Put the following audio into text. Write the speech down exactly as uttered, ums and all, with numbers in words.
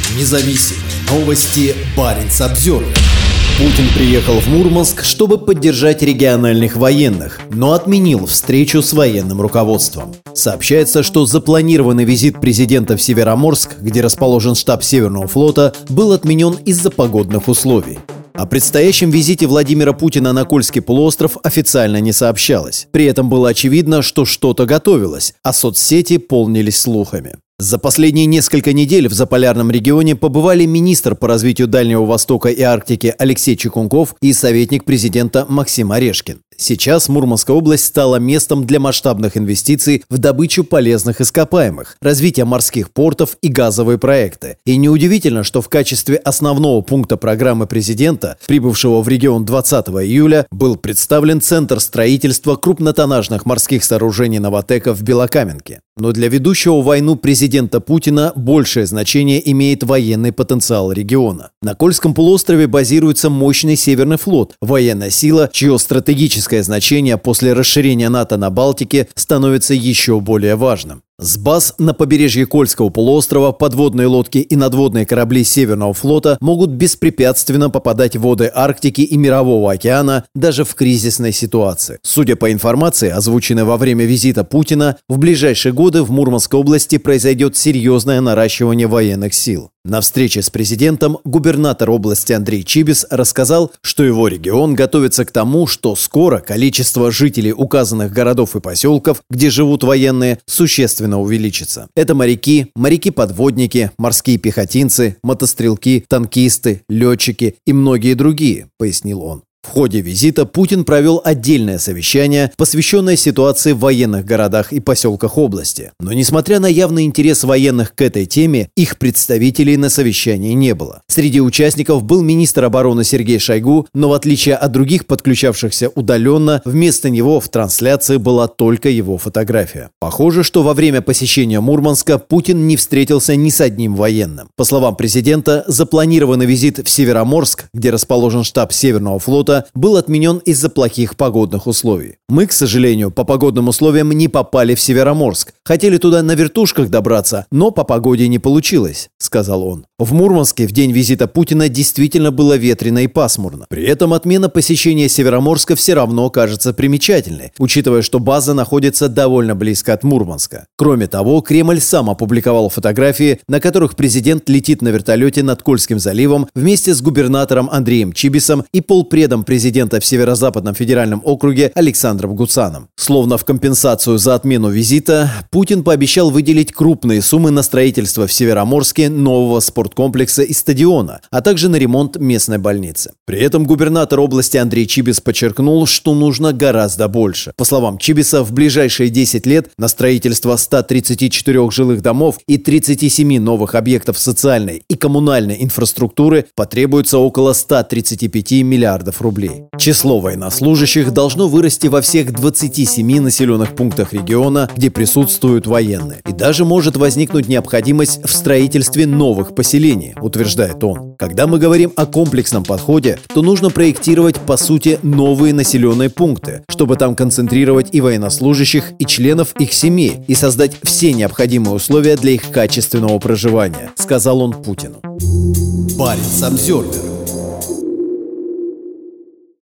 Независим. Новости Баренц-Обзервер. Путин приехал в Мурманск, чтобы поддержать региональных военных, но отменил встречу с военным руководством. Сообщается, что запланированный визит президента в Североморск, где расположен штаб Северного флота, был отменен из-за погодных условий. О предстоящем визите Владимира Путина на Кольский полуостров официально не сообщалось. При этом было очевидно, что что-то готовилось, а соцсети полнились слухами. За последние несколько недель в заполярном регионе побывали министр по развитию Дальнего Востока и Арктики Алексей Чекунков и советник президента Максим Орешкин. Сейчас Мурманская область стала местом для масштабных инвестиций в добычу полезных ископаемых, развитие морских портов и газовые проекты. И неудивительно, что в качестве основного пункта программы президента, прибывшего в регион двадцатого июля, был представлен Центр строительства крупнотоннажных морских сооружений «Новатэка» в Белокаменке. Но для ведущего войну президента Путина большее значение имеет военный потенциал региона. На Кольском полуострове базируется мощный Северный флот, военная сила, чье стратегическое значение после расширения НАТО на Балтике становится еще более важным. С баз на побережье Кольского полуострова подводные лодки и надводные корабли Северного флота могут беспрепятственно попадать в воды Арктики и Мирового океана даже в кризисной ситуации. Судя по информации, озвученной во время визита Путина, в ближайшие годы в Мурманской области произойдет серьезное наращивание военных сил. На встрече с президентом губернатор области Андрей Чибис рассказал, что его регион готовится к тому, что скоро количество жителей указанных городов и поселков, где живут военные, существенно увеличится. Это моряки, моряки-подводники, морские пехотинцы, мотострелки, танкисты, летчики и многие другие, пояснил он. В ходе визита Путин провел отдельное совещание, посвященное ситуации в военных городах и поселках области. Но несмотря на явный интерес военных к этой теме, их представителей на совещании не было. Среди участников был министр обороны Сергей Шойгу, но в отличие от других подключавшихся удаленно, вместо него в трансляции была только его фотография. Похоже, что во время посещения Мурманска Путин не встретился ни с одним военным. По словам президента, запланированный визит в Североморск, где расположен штаб Северного флота, был отменен из-за плохих погодных условий. Мы, к сожалению, по погодным условиям не попали в Североморск. Хотели туда на вертушках добраться, но по погоде не получилось, сказал он. В Мурманске в день визита Путина действительно было ветрено и пасмурно. При этом отмена посещения Североморска все равно кажется примечательной, учитывая, что база находится довольно близко от Мурманска. Кроме того, Кремль сам опубликовал фотографии, на которых президент летит на вертолете над Кольским заливом вместе с губернатором Андреем Чибисом и полпредом президента в Северо-Западном федеральном округе Александром Гуцаном. Словно в компенсацию за отмену визита, Путин пообещал выделить крупные суммы на строительство в Североморске нового спорткомплекса и стадиона, а также на ремонт местной больницы. При этом губернатор области Андрей Чибис подчеркнул, что нужно гораздо больше. По словам Чибиса, в ближайшие десять лет на строительство ста тридцати четырёх жилых домов и тридцати семи новых объектов социальной и коммунальной инфраструктуры потребуется около ста тридцати пяти миллиардов рублей. Число военнослужащих должно вырасти во всех двадцати семи населенных пунктах региона, где присутствуют военные. И даже может возникнуть необходимость в строительстве новых поселений, утверждает он. Когда мы говорим о комплексном подходе, то нужно проектировать, по сути, новые населенные пункты, чтобы там концентрировать и военнослужащих, и членов их семей, и создать все необходимые условия для их качественного проживания, сказал он Путину. Баренц-Обзервер.